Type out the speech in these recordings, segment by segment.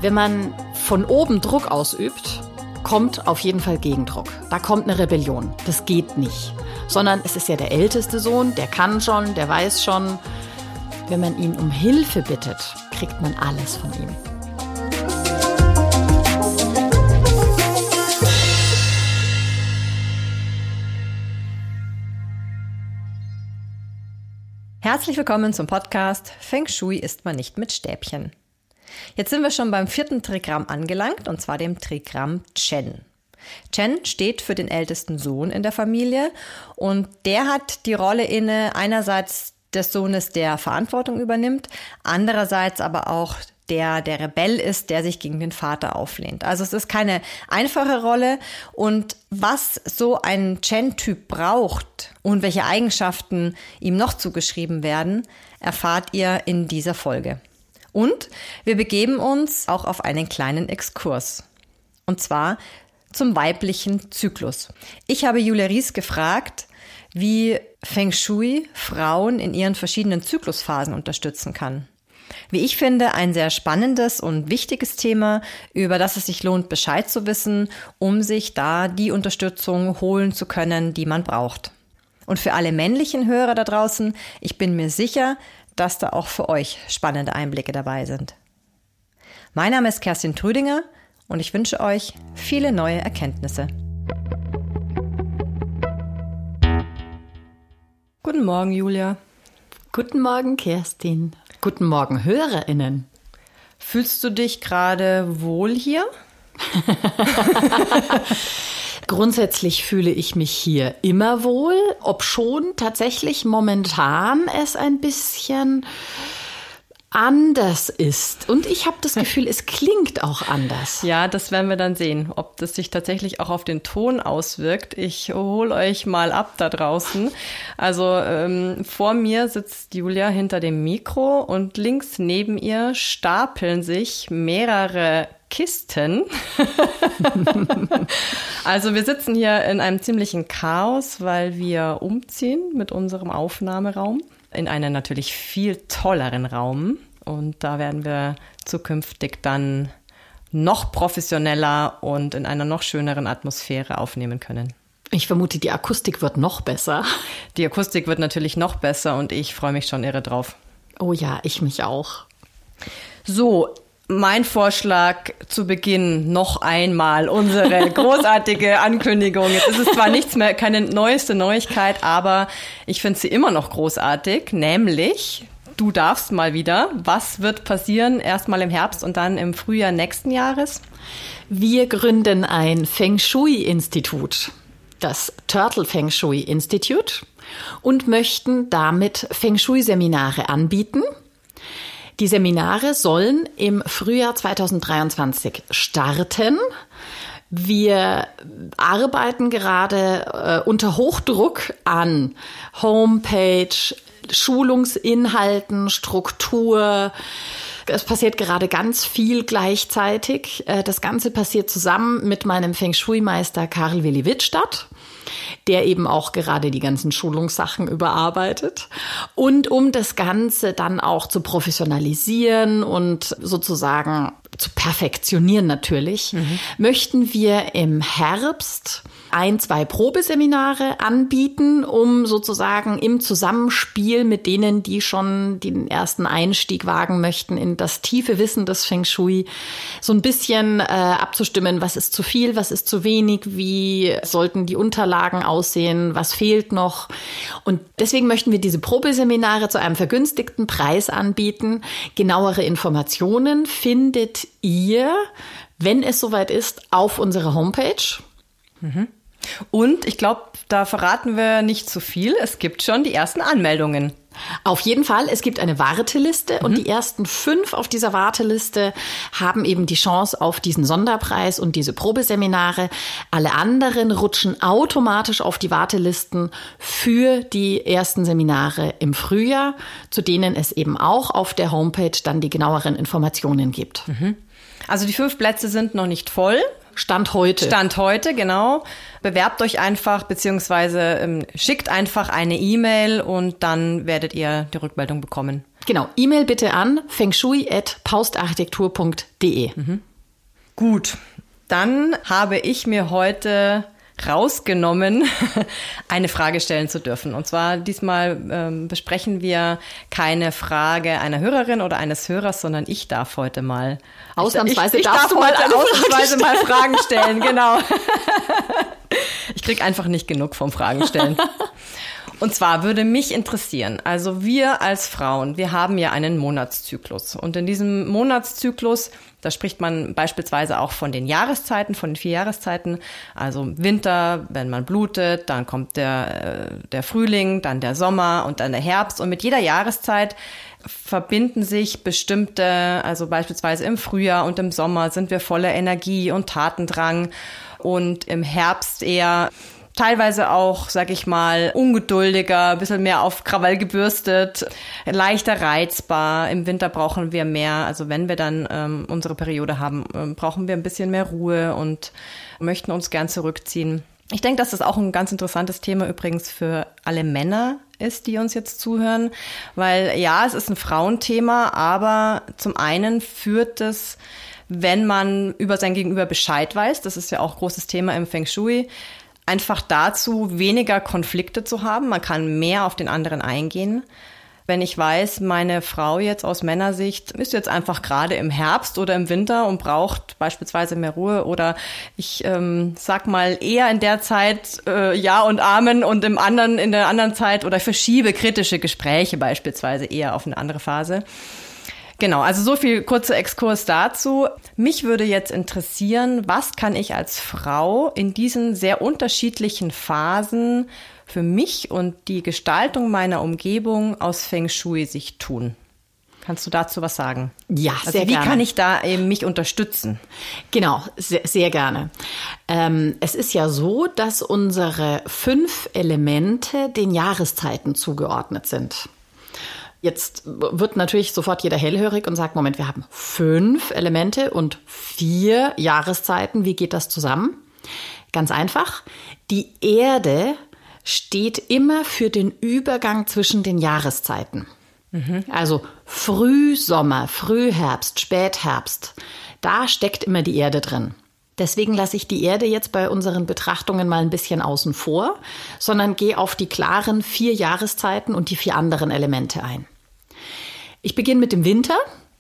Wenn man von oben Druck ausübt, kommt auf jeden Fall Gegendruck. Da kommt eine Rebellion. Das geht nicht. Sondern es ist ja der älteste Sohn, der kann schon, der weiß schon. Wenn man ihn um Hilfe bittet, kriegt man alles von ihm. Herzlich willkommen zum Podcast Feng Shui isst man nicht mit Stäbchen. Jetzt sind wir schon beim 4. Trigramm angelangt, und zwar dem Trigramm Chen. Chen steht für den ältesten Sohn in der Familie und der hat die Rolle inne, einerseits des Sohnes, der Verantwortung übernimmt, andererseits aber auch der Rebell ist, der sich gegen den Vater auflehnt. Also es ist keine einfache Rolle, und was so ein Chen-Typ braucht und welche Eigenschaften ihm noch zugeschrieben werden, erfahrt ihr in dieser Folge. Und wir begeben uns auch auf einen kleinen Exkurs. Und zwar zum weiblichen Zyklus. Ich habe Julia Ries gefragt, wie Feng Shui Frauen in ihren verschiedenen Zyklusphasen unterstützen kann. Wie ich finde, ein sehr spannendes und wichtiges Thema, über das es sich lohnt, Bescheid zu wissen, um sich da die Unterstützung holen zu können, die man braucht. Und für alle männlichen Hörer da draußen, ich bin mir sicher, dass da auch für euch spannende Einblicke dabei sind. Mein Name ist Kerstin Trüdinger und ich wünsche euch viele neue Erkenntnisse. Guten Morgen, Julia. Guten Morgen, Kerstin. Guten Morgen, HörerInnen. Fühlst du dich gerade wohl hier? Grundsätzlich fühle ich mich hier immer wohl, obschon tatsächlich momentan es ein bisschen anders ist. Und ich habe das Gefühl, es klingt auch anders. Ja, das werden wir dann sehen, ob das sich tatsächlich auch auf den Ton auswirkt. Ich hole euch mal ab da draußen. Also vor mir sitzt Julia hinter dem Mikro und links neben ihr stapeln sich mehrere Kisten. Also wir sitzen hier in einem ziemlichen Chaos, weil wir umziehen mit unserem Aufnahmeraum in einen natürlich viel tolleren Raum. Und da werden wir zukünftig dann noch professioneller und in einer noch schöneren Atmosphäre aufnehmen können. Ich vermute, die Akustik wird noch besser. Die Akustik wird natürlich noch besser und ich freue mich schon irre drauf. Oh ja, ich mich auch. So, mein Vorschlag zu Beginn noch einmal unsere großartige Ankündigung. Jetzt ist es zwar nichts mehr, keine neueste Neuigkeit, aber ich finde sie immer noch großartig, nämlich du darfst mal wieder. Was wird passieren? Erstmal im Herbst und dann im Frühjahr nächsten Jahres? Wir gründen ein Feng Shui-Institut, das Turtle Feng Shui Institute, und möchten damit Feng Shui-Seminare anbieten. Die Seminare sollen im Frühjahr 2023 starten. Wir arbeiten gerade unter Hochdruck an Homepage, Schulungsinhalten, Struktur. Es passiert gerade ganz viel gleichzeitig. Das Ganze passiert zusammen mit meinem Feng Shui-Meister Karl Willi Wittstadt, der eben auch gerade die ganzen Schulungssachen überarbeitet. Und um das Ganze dann auch zu professionalisieren und sozusagen zu perfektionieren natürlich, möchten wir im Herbst 1-2 Probeseminare anbieten, um sozusagen im Zusammenspiel mit denen, die schon den ersten Einstieg wagen möchten in das tiefe Wissen des Feng Shui, so ein bisschen abzustimmen, was ist zu viel, was ist zu wenig, wie sollten die Unterlagen aussehen, was fehlt noch. Und deswegen möchten wir diese Probeseminare zu einem vergünstigten Preis anbieten. Genauere Informationen findet ihr, wenn es soweit ist, auf unserer Homepage. Und ich glaube, da verraten wir nicht zu viel. Es gibt schon die ersten Anmeldungen. Auf jeden Fall, es gibt eine Warteliste und die ersten 5 auf dieser Warteliste haben eben die Chance auf diesen Sonderpreis und diese Probeseminare. Alle anderen rutschen automatisch auf die Wartelisten für die ersten Seminare im Frühjahr, zu denen es eben auch auf der Homepage dann die genaueren Informationen gibt. Also die 5 Plätze sind noch nicht voll. Stand heute. Stand heute, genau. Bewerbt euch einfach, beziehungsweise schickt einfach eine E-Mail und dann werdet ihr die Rückmeldung bekommen. Genau, E-Mail bitte an fengshui@paustarchitektur.de. Gut, dann habe ich mir heute rausgenommen, eine Frage stellen zu dürfen. Und zwar diesmal besprechen wir keine Frage einer Hörerin oder eines Hörers, sondern ich darf heute mal ausnahmsweise ich darf heute ausnahmsweise mal Fragen stellen, genau. Ich krieg einfach nicht genug vom Fragen stellen. Und zwar würde mich interessieren, also wir als Frauen, wir haben ja einen Monatszyklus. Und in diesem Monatszyklus, da spricht man beispielsweise auch von den Jahreszeiten, von den 4 Jahreszeiten. Also Winter, wenn man blutet, dann kommt der Frühling, dann der Sommer und dann der Herbst. Und mit jeder Jahreszeit verbinden sich bestimmte, also beispielsweise im Frühjahr und im Sommer sind wir voller Energie und Tatendrang. Und im Herbst eher teilweise auch, sag ich mal, ungeduldiger, ein bisschen mehr auf Krawall gebürstet, leichter reizbar. Im Winter brauchen wir mehr, also wenn wir dann unsere Periode haben, brauchen wir ein bisschen mehr Ruhe und möchten uns gern zurückziehen. Ich denke, dass das auch ein ganz interessantes Thema übrigens für alle Männer ist, die uns jetzt zuhören, weil ja, es ist ein Frauenthema, aber zum einen führt es, wenn man über sein Gegenüber Bescheid weiß, das ist ja auch ein großes Thema im Feng Shui, einfach dazu, weniger Konflikte zu haben. Man kann mehr auf den anderen eingehen. Wenn ich weiß, meine Frau jetzt aus Männersicht ist jetzt einfach gerade im Herbst oder im Winter und braucht beispielsweise mehr Ruhe oder ich sag mal eher in der Zeit Ja und Amen und in der anderen Zeit oder verschiebe kritische Gespräche beispielsweise eher auf eine andere Phase. Genau, also so viel kurzer Exkurs dazu. Mich würde jetzt interessieren, was kann ich als Frau in diesen sehr unterschiedlichen Phasen für mich und die Gestaltung meiner Umgebung aus Feng Shui sich tun? Kannst du dazu was sagen? Ja, also sehr gerne. Wie kann ich da eben mich unterstützen? Genau, sehr, sehr gerne. Es ist ja so, dass unsere 5 Elemente den Jahreszeiten zugeordnet sind. Jetzt wird natürlich sofort jeder hellhörig und sagt, Moment, wir haben 5 Elemente und 4 Jahreszeiten. Wie geht das zusammen? Ganz einfach. Die Erde steht immer für den Übergang zwischen den Jahreszeiten. Also Frühsommer, Frühherbst, Spätherbst. Da steckt immer die Erde drin. Deswegen lasse ich die Erde jetzt bei unseren Betrachtungen mal ein bisschen außen vor, sondern gehe auf die klaren 4 Jahreszeiten und die 4 anderen Elemente ein. Ich beginne mit dem Winter.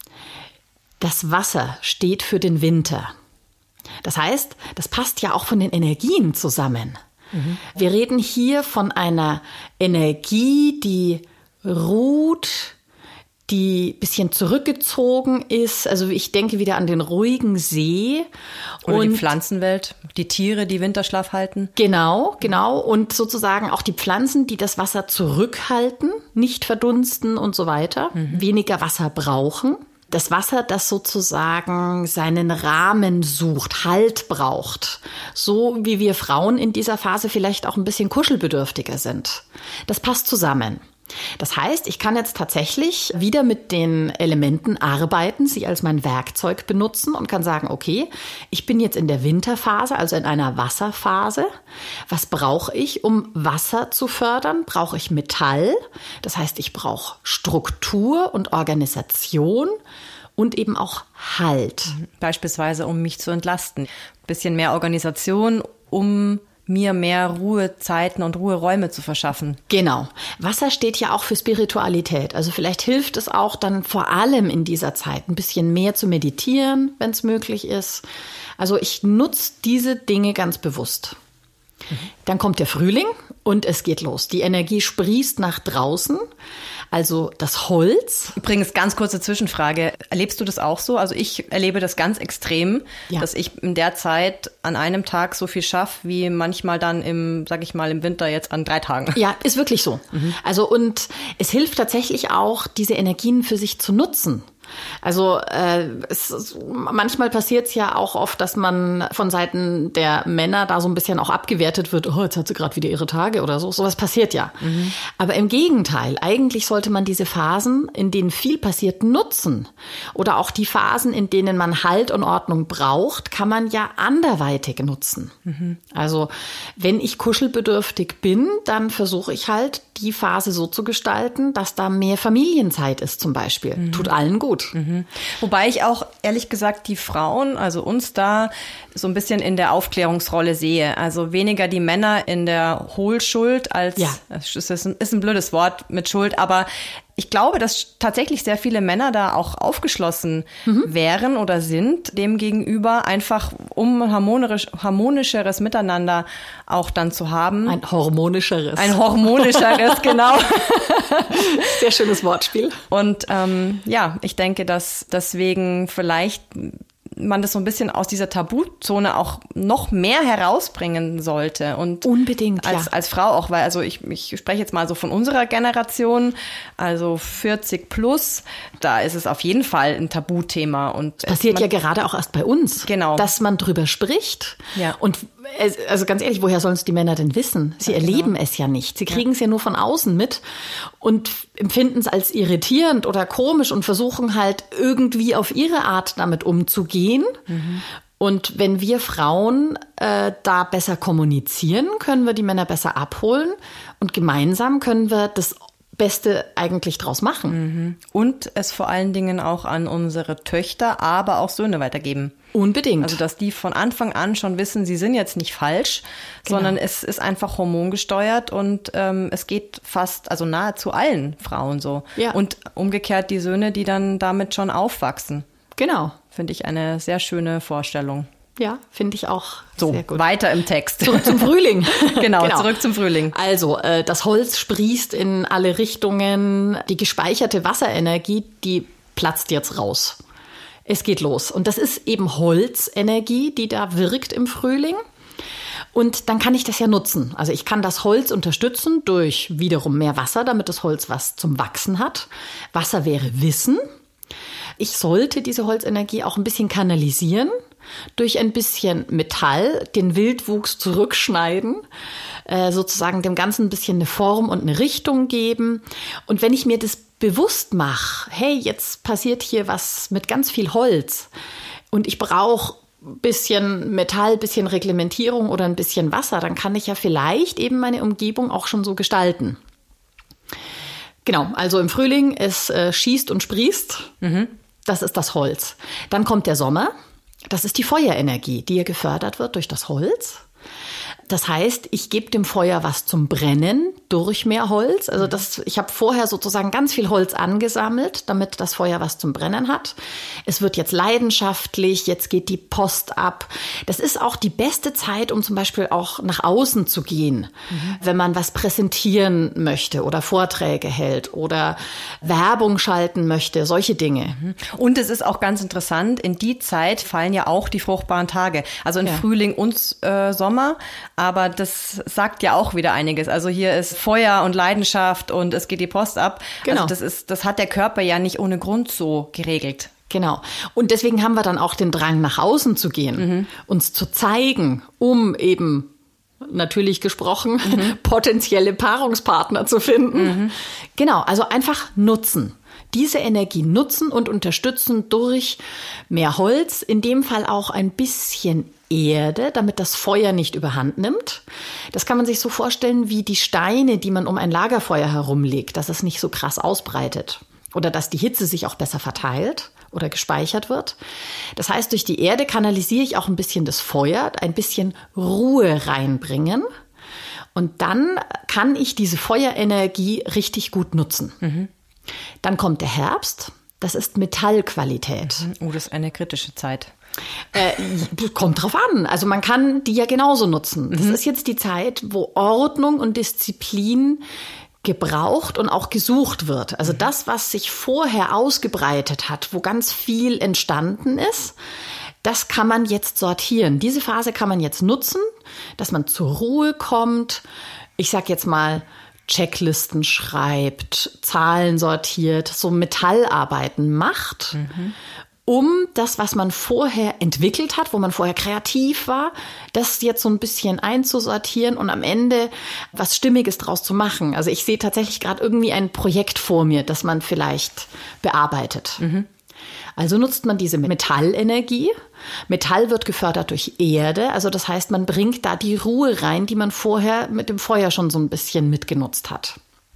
Das Wasser steht für den Winter. Das heißt, das passt ja auch von den Energien zusammen. Wir reden hier von einer Energie, die ruht, die ein bisschen zurückgezogen ist. Also ich denke wieder an den ruhigen See. Oder die Pflanzenwelt, die Tiere, die Winterschlaf halten. Genau. Und sozusagen auch die Pflanzen, die das Wasser zurückhalten, nicht verdunsten und so weiter, weniger Wasser brauchen. Das Wasser, das sozusagen seinen Rahmen sucht, Halt braucht. So wie wir Frauen in dieser Phase vielleicht auch ein bisschen kuschelbedürftiger sind. Das passt zusammen. Das heißt, ich kann jetzt tatsächlich wieder mit den Elementen arbeiten, sie als mein Werkzeug benutzen und kann sagen, okay, ich bin jetzt in der Winterphase, also in einer Wasserphase. Was brauche ich, um Wasser zu fördern? Brauche ich Metall? Das heißt, ich brauche Struktur und Organisation und eben auch Halt. Beispielsweise, um mich zu entlasten. Ein bisschen mehr Organisation, um mir mehr Ruhezeiten und Ruheräume zu verschaffen. Genau. Wasser steht ja auch für Spiritualität. Also vielleicht hilft es auch dann vor allem in dieser Zeit ein bisschen mehr zu meditieren, wenn es möglich ist. Also ich nutze diese Dinge ganz bewusst. Dann kommt der Frühling und es geht los. Die Energie sprießt nach draußen, also das Holz. Übrigens, ganz kurze Zwischenfrage. Erlebst du das auch so? Also ich erlebe das ganz extrem, dass ich in der Zeit an einem Tag so viel schaffe, wie manchmal dann im Winter jetzt an 3 Tagen. Ja, ist wirklich so. Also und es hilft tatsächlich auch, diese Energien für sich zu nutzen. Also manchmal passiert es ja auch oft, dass man von Seiten der Männer da so ein bisschen auch abgewertet wird, oh, jetzt hat sie gerade wieder ihre Tage oder so. Sowas passiert ja. Aber im Gegenteil, eigentlich sollte man diese Phasen, in denen viel passiert, nutzen. Oder auch die Phasen, in denen man Halt und Ordnung braucht, kann man ja anderweitig nutzen. Also wenn ich kuschelbedürftig bin, dann versuche ich halt, die Phase so zu gestalten, dass da mehr Familienzeit ist zum Beispiel. Tut allen gut. Wobei ich auch ehrlich gesagt die Frauen, also uns da so ein bisschen in der Aufklärungsrolle sehe. Also weniger die Männer in der Hohlschuld als, ist ein blödes Wort mit Schuld, aber ich glaube, dass tatsächlich sehr viele Männer da auch aufgeschlossen wären oder sind, dem gegenüber einfach, um harmonischeres Miteinander auch dann zu haben. Ein harmonischeres. Ein harmonischeres, genau. Sehr schönes Wortspiel. Und ich denke, dass deswegen vielleicht man das so ein bisschen aus dieser Tabuzone auch noch mehr herausbringen sollte. Und unbedingt, als Frau auch, weil also ich spreche jetzt mal so von unserer Generation, also 40 plus, da ist es auf jeden Fall ein Tabuthema. Und passiert ja gerade auch erst bei uns, genau, dass man drüber spricht. Ja. Und also ganz ehrlich, woher sollen es die Männer denn wissen? Sie erleben es ja nicht. Sie kriegen es ja nur von außen mit und empfinden es als irritierend oder komisch und versuchen halt irgendwie auf ihre Art damit umzugehen. Und wenn wir Frauen da besser kommunizieren, können wir die Männer besser abholen und gemeinsam können wir das Beste eigentlich draus machen. Und es vor allen Dingen auch an unsere Töchter, aber auch Söhne weitergeben. Unbedingt. Also, dass die von Anfang an schon wissen, sie sind jetzt nicht falsch, sondern es ist einfach hormongesteuert und es geht fast, also nahezu allen Frauen so. Ja. Und umgekehrt die Söhne, die dann damit schon aufwachsen. Genau. Finde ich eine sehr schöne Vorstellung. Ja, finde ich auch so, sehr gut. Weiter im Text. Zurück zum Frühling. Genau, zurück zum Frühling. Also, das Holz sprießt in alle Richtungen. Die gespeicherte Wasserenergie, die platzt jetzt raus. Es geht los. Und das ist eben Holzenergie, die da wirkt im Frühling. Und dann kann ich das ja nutzen. Also ich kann das Holz unterstützen durch wiederum mehr Wasser, damit das Holz was zum Wachsen hat. Wasser wäre Wissen. Ich sollte diese Holzenergie auch ein bisschen kanalisieren, durch ein bisschen Metall, den Wildwuchs zurückschneiden, sozusagen dem Ganzen ein bisschen eine Form und eine Richtung geben. Und wenn ich mir das bewusst mache, hey, jetzt passiert hier was mit ganz viel Holz und ich brauche ein bisschen Metall, ein bisschen Reglementierung oder ein bisschen Wasser, dann kann ich ja vielleicht eben meine Umgebung auch schon so gestalten. Genau, also im Frühling, es schießt und sprießt. Das ist das Holz. Dann kommt der Sommer. Das ist die Feuerenergie, die ja gefördert wird durch das Holz. Das heißt, ich gebe dem Feuer was zum Brennen durch mehr Holz. Also ich habe vorher sozusagen ganz viel Holz angesammelt, damit das Feuer was zum Brennen hat. Es wird jetzt leidenschaftlich, jetzt geht die Post ab. Das ist auch die beste Zeit, um zum Beispiel auch nach außen zu gehen, wenn man was präsentieren möchte oder Vorträge hält oder Werbung schalten möchte, solche Dinge. Und es ist auch ganz interessant, in die Zeit fallen ja auch die fruchtbaren Tage. Also in Frühling und Sommer. Aber das sagt ja auch wieder einiges. Also hier ist Feuer und Leidenschaft und es geht die Post ab. Genau. Also das hat der Körper ja nicht ohne Grund so geregelt. Genau. Und deswegen haben wir dann auch den Drang, nach außen zu gehen, uns zu zeigen, um eben, natürlich gesprochen, potenzielle Paarungspartner zu finden. Genau, also einfach nutzen. Diese Energie nutzen und unterstützen durch mehr Holz, in dem Fall auch ein bisschen Erde, damit das Feuer nicht überhand nimmt. Das kann man sich so vorstellen wie die Steine, die man um ein Lagerfeuer herumlegt, dass es nicht so krass ausbreitet oder dass die Hitze sich auch besser verteilt oder gespeichert wird. Das heißt, durch die Erde kanalisiere ich auch ein bisschen das Feuer, ein bisschen Ruhe reinbringen. Und dann kann ich diese Feuerenergie richtig gut nutzen. Dann kommt der Herbst. Das ist Metallqualität. Oh, das ist eine kritische Zeit. Kommt drauf an. Also man kann die ja genauso nutzen. Das ist jetzt die Zeit, wo Ordnung und Disziplin gebraucht und auch gesucht wird. Also das, was sich vorher ausgebreitet hat, wo ganz viel entstanden ist, das kann man jetzt sortieren. Diese Phase kann man jetzt nutzen, dass man zur Ruhe kommt. Ich sag jetzt mal, Checklisten schreibt, Zahlen sortiert, so Metallarbeiten macht, um das, was man vorher entwickelt hat, wo man vorher kreativ war, das jetzt so ein bisschen einzusortieren und am Ende was Stimmiges draus zu machen. Also ich sehe tatsächlich gerade irgendwie ein Projekt vor mir, das man vielleicht bearbeitet. Also nutzt man diese Metallenergie. Metall wird gefördert durch Erde. Also das heißt, man bringt da die Ruhe rein, die man vorher mit dem Feuer schon so ein bisschen mitgenutzt hat.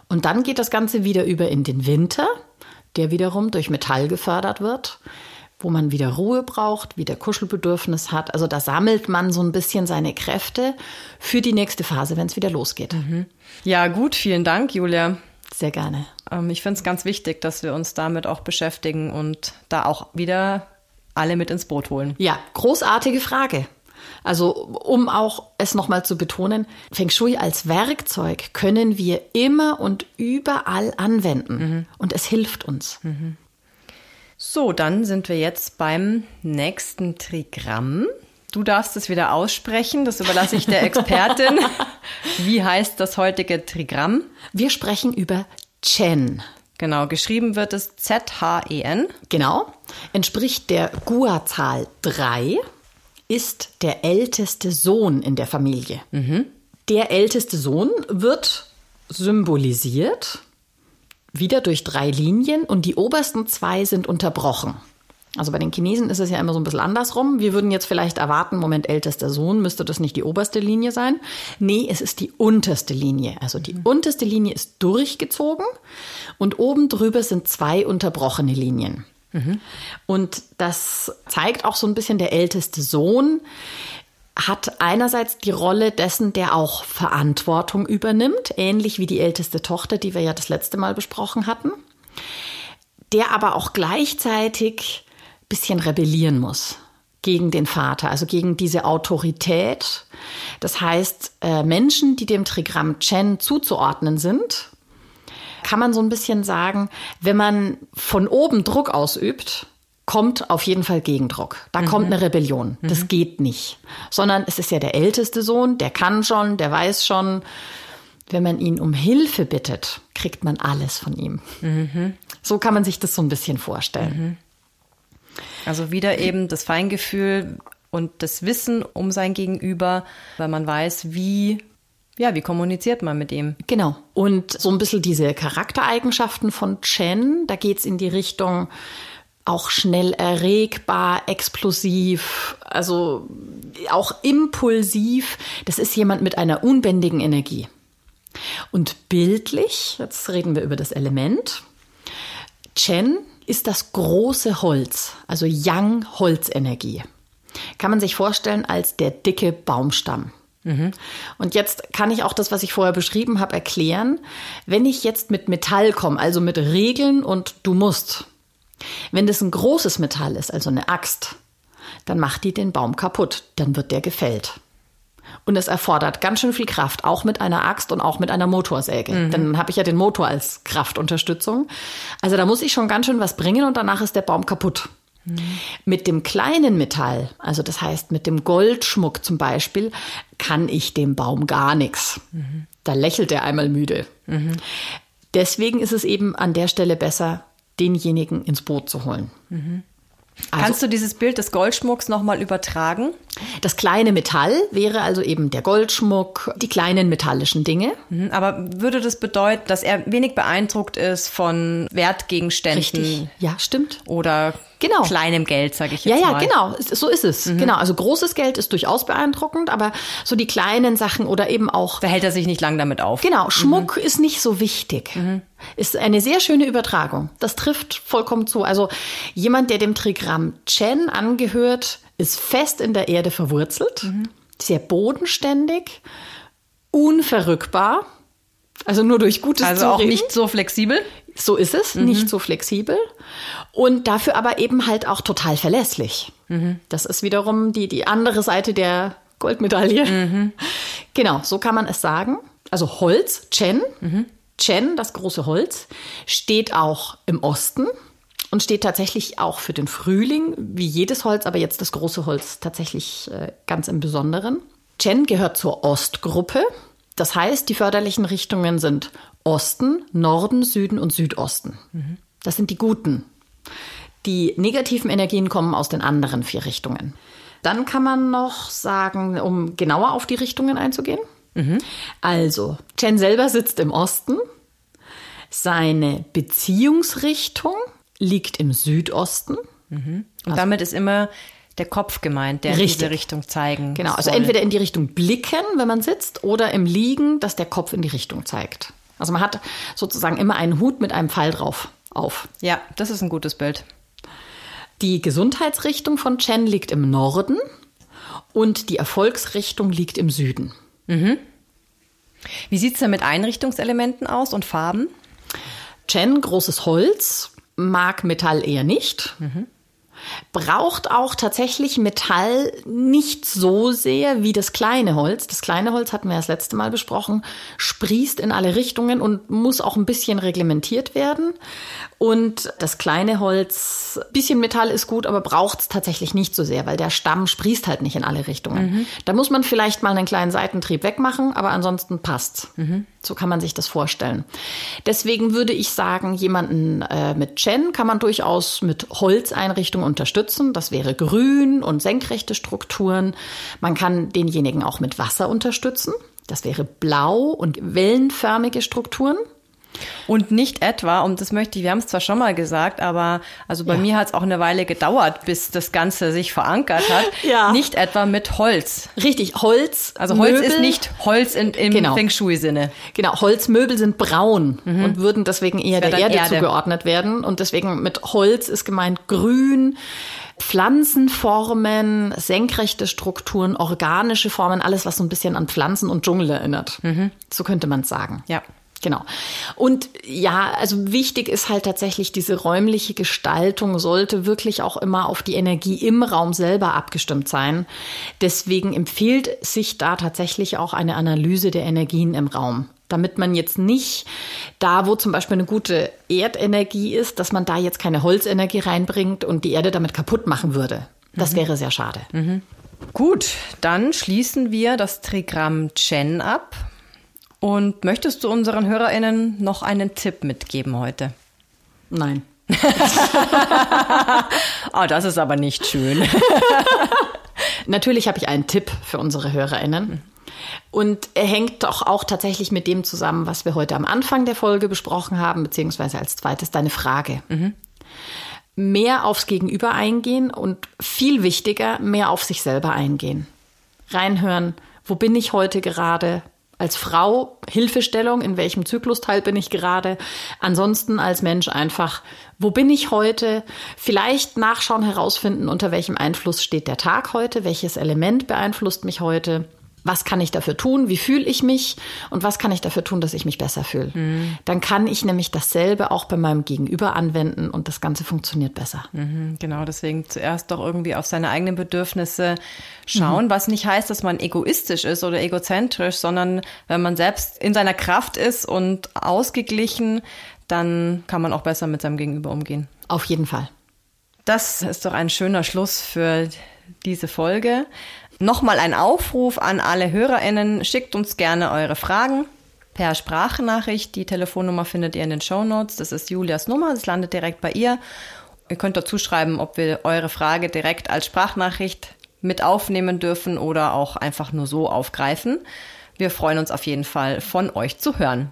Und dann geht das Ganze wieder über in den Winter, der wiederum durch Metall gefördert wird, wo man wieder Ruhe braucht, wieder Kuschelbedürfnis hat. Also da sammelt man so ein bisschen seine Kräfte für die nächste Phase, wenn es wieder losgeht. Ja, gut, vielen Dank, Julia. Sehr gerne. Ich finde es ganz wichtig, dass wir uns damit auch beschäftigen und da auch wieder alle mit ins Boot holen. Ja, großartige Frage. Also um auch es nochmal zu betonen, Feng Shui als Werkzeug können wir immer und überall anwenden. Und es hilft uns. So, dann sind wir jetzt beim nächsten Trigramm. Du darfst es wieder aussprechen, das überlasse ich der Expertin. Wie heißt das heutige Trigramm? Wir sprechen über Chen. Genau, geschrieben wird es Z-H-E-N. Genau, entspricht der Gua-Zahl 3, ist der älteste Sohn in der Familie. Der älteste Sohn wird symbolisiert wieder durch 3 Linien und die obersten 2 sind unterbrochen. Also bei den Chinesen ist es ja immer so ein bisschen andersrum. Wir würden jetzt vielleicht erwarten, Moment, ältester Sohn, müsste das nicht die oberste Linie sein? Nee, es ist die unterste Linie. Also die unterste Linie ist durchgezogen und oben drüber sind 2 unterbrochene Linien. Und das zeigt auch so ein bisschen, der älteste Sohn hat einerseits die Rolle dessen, der auch Verantwortung übernimmt, ähnlich wie die älteste Tochter, die wir ja das letzte Mal besprochen hatten, der aber auch gleichzeitig ein bisschen rebellieren muss gegen den Vater, also gegen diese Autorität. Das heißt, Menschen, die dem Trigramm Chen zuzuordnen sind, kann man so ein bisschen sagen, wenn man von oben Druck ausübt, kommt auf jeden Fall Gegendruck. Da kommt eine Rebellion. Das geht nicht. Sondern es ist ja der älteste Sohn, der kann schon, der weiß schon. Wenn man ihn um Hilfe bittet, kriegt man alles von ihm. So kann man sich das so ein bisschen vorstellen. Also wieder eben das Feingefühl und das Wissen um sein Gegenüber, weil man weiß, wie kommuniziert man mit ihm. Genau. Und so ein bisschen diese Charaktereigenschaften von Chen, da geht's in die Richtung auch schnell erregbar, explosiv, also auch impulsiv. Das ist jemand mit einer unbändigen Energie. Und bildlich, jetzt reden wir über das Element, Chen ist das große Holz, also Yang-Holzenergie. Kann man sich vorstellen als der dicke Baumstamm. Und jetzt kann ich auch das, was ich vorher beschrieben habe, erklären. Wenn ich jetzt mit Metall komme, also mit Regeln und du musst, wenn das ein großes Metall ist, also eine Axt, dann macht die den Baum kaputt, dann wird der gefällt. Und es erfordert ganz schön viel Kraft, auch mit einer Axt und auch mit einer Motorsäge. Dann habe ich ja den Motor als Kraftunterstützung. Also da muss ich schon ganz schön was bringen und danach ist der Baum kaputt. Mit dem kleinen Metall, also das heißt mit dem Goldschmuck zum Beispiel, kann ich dem Baum gar nichts. Da lächelt er einmal müde. Deswegen ist es eben an der Stelle besser, denjenigen ins Boot zu holen. Also, kannst du dieses Bild des Goldschmucks nochmal übertragen? Das kleine Metall wäre also eben der Goldschmuck, die kleinen metallischen Dinge. Aber würde das bedeuten, dass er wenig beeindruckt ist von Wertgegenständen? Richtig, ja, stimmt. Oder kleinem Geld, sage ich jetzt mal. Ja, genau, so ist es. Genau, also großes Geld ist durchaus beeindruckend, aber so die kleinen Sachen oder eben auch... Da hält er sich nicht lang damit auf. Genau, Schmuck ist nicht so wichtig. Ist eine sehr schöne Übertragung. Das trifft vollkommen zu. Also jemand, der dem Trigramm Chen angehört, ist fest in der Erde verwurzelt, sehr bodenständig, unverrückbar, also nur durch gutes Also Zureden. auch nicht so flexibel? So ist es, nicht so flexibel und dafür aber eben halt auch total verlässlich. Das ist wiederum die andere Seite der Goldmedaille. Genau, so kann man es sagen. Also Holz, Chen, Chen, das große Holz, steht auch im Osten und steht tatsächlich auch für den Frühling, wie jedes Holz, aber jetzt das große Holz tatsächlich ganz im Besonderen. Chen gehört zur Ostgruppe. Das heißt, die förderlichen Richtungen sind Osten, Norden, Süden und Südosten. Das sind die guten. Die negativen Energien kommen aus den anderen 4 Richtungen. Dann kann man noch sagen, um genauer auf die Richtungen einzugehen. Also, Chen selber sitzt im Osten. Seine Beziehungsrichtung liegt im Südosten. Und damit ist immer der Kopf gemeint, der in diese Richtung zeigen Genau, also soll. entweder in die Richtung blicken, wenn man sitzt, oder im Liegen, dass der Kopf in die Richtung zeigt. Also man hat sozusagen immer einen Hut mit einem Pfeil drauf auf. Ja, das ist ein gutes Bild. Die Gesundheitsrichtung von Chen liegt im Norden und die Erfolgsrichtung liegt im Süden. Mhm. Wie sieht es denn mit Einrichtungselementen aus und Farben? Chen, großes Holz, mag Metall eher nicht. Braucht auch tatsächlich Metall nicht so sehr wie das kleine Holz. Das kleine Holz hatten wir das letzte Mal besprochen, sprießt in alle Richtungen und muss auch ein bisschen reglementiert werden. Und das kleine Holz, bisschen Metall ist gut, aber braucht es tatsächlich nicht so sehr, weil der Stamm sprießt halt nicht in alle Richtungen. Da muss man vielleicht mal einen kleinen Seitentrieb wegmachen, aber ansonsten passt's. So kann man sich das vorstellen. Deswegen würde ich sagen, jemanden mit Chen kann man durchaus mit Holzeinrichtungen unterstützen. Das wäre grün und senkrechte Strukturen. Man kann denjenigen auch mit Wasser unterstützen. Das wäre blau und wellenförmige Strukturen. Und nicht etwa, und das möchte ich, wir haben es zwar schon mal gesagt, aber also bei mir hat es auch eine Weile gedauert, bis das Ganze sich verankert hat. Nicht etwa mit Holz. Richtig, Holz. Also Holz ist nicht Holz im Feng Shui-Sinne. Genau, Holzmöbel sind braun und würden deswegen eher der Erde zugeordnet werden. Und deswegen mit Holz ist gemeint grün, Pflanzenformen, senkrechte Strukturen, organische Formen, alles, was so ein bisschen an Pflanzen und Dschungel erinnert. So könnte man es sagen. Ja. Genau. Und ja, also wichtig ist halt tatsächlich, diese räumliche Gestaltung sollte wirklich auch immer auf die Energie im Raum selber abgestimmt sein. Deswegen empfiehlt sich da tatsächlich auch eine Analyse der Energien im Raum. Damit man jetzt nicht da, wo zum Beispiel eine gute Erdenergie ist, dass man da jetzt keine Holzenergie reinbringt und die Erde damit kaputt machen würde. Das wäre sehr schade. Gut, dann schließen wir das Trigramm Chen ab. Und möchtest du unseren HörerInnen noch einen Tipp mitgeben heute? Nein. Das ist aber nicht schön. Natürlich habe ich einen Tipp für unsere HörerInnen. Und er hängt doch auch tatsächlich mit dem zusammen, was wir heute am Anfang der Folge besprochen haben, beziehungsweise als zweites deine Frage. Mehr aufs Gegenüber eingehen und viel wichtiger, mehr auf sich selber eingehen. Reinhören, wo bin ich heute gerade? Als Frau Hilfestellung, in welchem Zyklusteil bin ich gerade? Ansonsten als Mensch einfach, wo bin ich heute? Vielleicht nachschauen, herausfinden, unter welchem Einfluss steht der Tag heute? Welches Element beeinflusst mich heute? Was kann ich dafür tun? Wie fühle ich mich? Und was kann ich dafür tun, dass ich mich besser fühle? Dann kann ich nämlich dasselbe auch bei meinem Gegenüber anwenden und das Ganze funktioniert besser. Genau, deswegen zuerst doch irgendwie auf seine eigenen Bedürfnisse schauen, was nicht heißt, dass man egoistisch ist oder egozentrisch, sondern wenn man selbst in seiner Kraft ist und ausgeglichen, dann kann man auch besser mit seinem Gegenüber umgehen. Auf jeden Fall. Das ist doch ein schöner Schluss für diese Folge. Nochmal ein Aufruf an alle HörerInnen. Schickt uns gerne eure Fragen per Sprachnachricht. Die Telefonnummer findet ihr in den Shownotes. Das ist Julias Nummer. Das landet direkt bei ihr. Ihr könnt dazu schreiben, ob wir eure Frage direkt als Sprachnachricht mit aufnehmen dürfen oder auch einfach nur so aufgreifen. Wir freuen uns auf jeden Fall, von euch zu hören.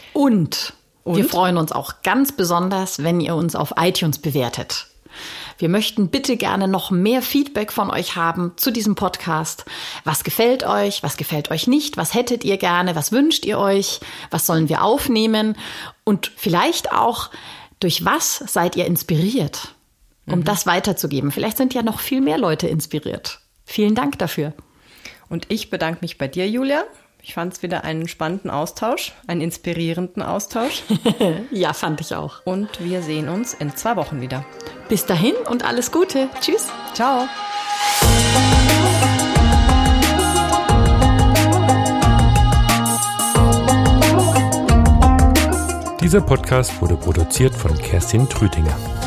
Und wir freuen uns auch ganz besonders, wenn ihr uns auf iTunes bewertet. Wir möchten bitte gerne noch mehr Feedback von euch haben zu diesem Podcast. Was gefällt euch nicht? Was hättet ihr gerne? Was wünscht ihr euch? Was sollen wir aufnehmen? Und vielleicht auch, durch was seid ihr inspiriert, um das weiterzugeben? Vielleicht sind ja noch viel mehr Leute inspiriert. Vielen Dank dafür. Und ich bedanke mich bei dir, Julia. Ich fand es wieder einen spannenden Austausch, einen inspirierenden Austausch. Ja, fand ich auch. Und wir sehen uns in 2 Wochen wieder. Bis dahin und alles Gute. Tschüss. Ciao. Dieser Podcast wurde produziert von Kerstin Trütinger.